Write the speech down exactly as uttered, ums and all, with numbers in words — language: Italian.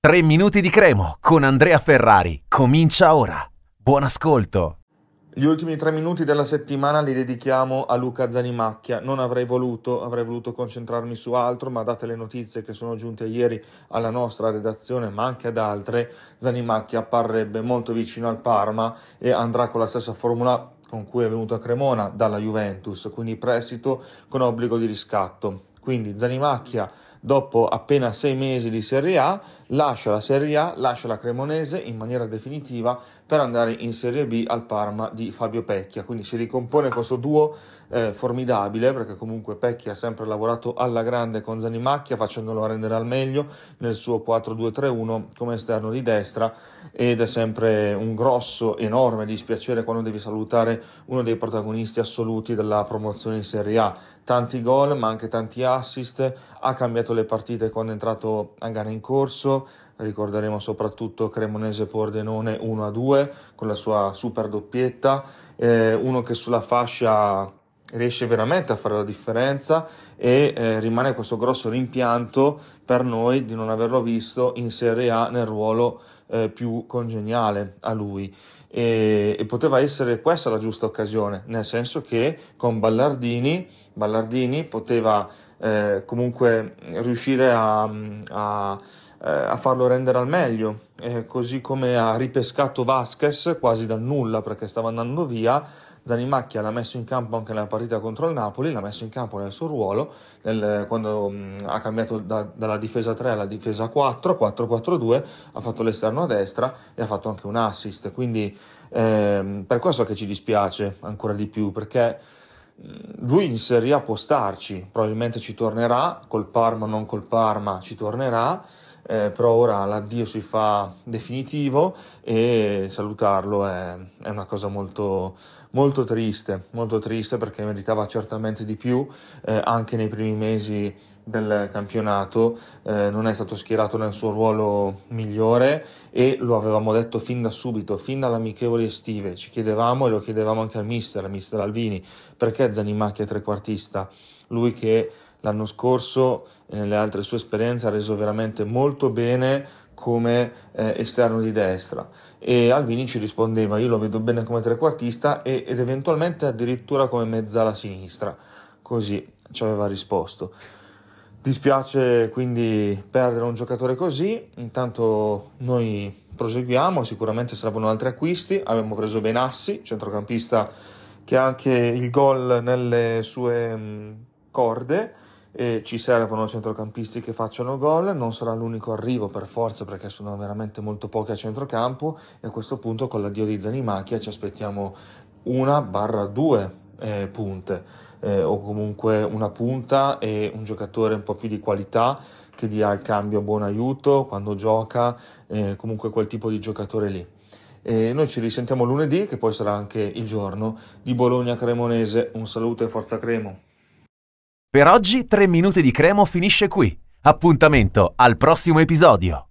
Tre minuti di Cremo con Andrea Ferrari. Comincia ora. Buon ascolto. Gli ultimi tre minuti della settimana li dedichiamo a Luca Zanimacchia. Non avrei voluto, avrei voluto concentrarmi su altro, ma date le notizie che sono giunte ieri alla nostra redazione, ma anche ad altre, Zanimacchia apparrebbe molto vicino al Parma e andrà con la stessa formula con cui è venuto a Cremona dalla Juventus, quindi prestito con obbligo di riscatto. Quindi Zanimacchia, dopo appena sei mesi di Serie A, lascia la Serie A, lascia la Cremonese in maniera definitiva per andare in Serie B al Parma di Fabio Pecchia. Quindi si ricompone questo duo eh, formidabile, perché comunque Pecchia ha sempre lavorato alla grande con Zanimacchia, facendolo rendere al meglio nel suo quattro due tre uno come esterno di destra, ed è sempre un grosso, enorme dispiacere quando devi salutare uno dei protagonisti assoluti della promozione in Serie A. Tanti gol, ma anche tanti assist, ha cambiato le partite quando è entrato a gara in corso. Ricorderemo soprattutto Cremonese Pordenone uno a due con la sua super doppietta, eh, uno che sulla fascia riesce veramente a fare la differenza e eh, rimane questo grosso rimpianto per noi di non averlo visto in Serie A nel ruolo eh, più congeniale a lui. E, e poteva essere questa la giusta occasione, nel senso che con Ballardini Ballardini poteva eh, comunque riuscire a, a, a farlo rendere al meglio, eh, così come ha ripescato Vasquez quasi dal nulla perché stava andando via. Zanimacchia l'ha messo in campo anche nella partita contro il Napoli, l'ha messo in campo nel suo ruolo nel, quando mh, ha cambiato da, dalla difesa tre alla difesa quattro, quattro quattro due, ha fatto l'esterno a destra e ha fatto anche un assist, quindi ehm, per questo che ci dispiace ancora di più, perché lui in Serie A può starci, probabilmente ci tornerà, col Parma o non col Parma ci tornerà, eh, però ora l'addio si fa definitivo e salutarlo è, è una cosa molto, molto triste, molto triste perché meritava certamente di più, eh, anche nei primi mesi del campionato, eh, non è stato schierato nel suo ruolo migliore e lo avevamo detto fin da subito, fin dalle amichevoli estive, ci chiedevamo e lo chiedevamo anche al mister, al mister Alvini, perché Zanimacchia è trequartista, lui che l'anno scorso e nelle altre sue esperienze ha reso veramente molto bene come eh, esterno di destra, e Alvini ci rispondeva: io lo vedo bene come trequartista e, ed eventualmente addirittura come mezzala sinistra, così ci aveva risposto. Dispiace quindi perdere un giocatore così. Intanto noi proseguiamo, sicuramente servono altri acquisti. Abbiamo preso Benassi, centrocampista che ha anche il gol nelle sue mh, corde, e ci servono centrocampisti che facciano gol. Non sarà l'unico arrivo per forza, perché sono veramente molto pochi a centrocampo, e a questo punto con l'addio di Zanimacchia ci aspettiamo una barra due eh, punte. Eh, o comunque una punta e un giocatore un po' più di qualità che dia al cambio buon aiuto quando gioca, eh, comunque quel tipo di giocatore lì. E noi ci risentiamo lunedì, che poi sarà anche il giorno di Bologna Cremonese. Un saluto e forza Cremo. Per oggi tre minuti di Cremo finisce qui. Appuntamento al prossimo episodio.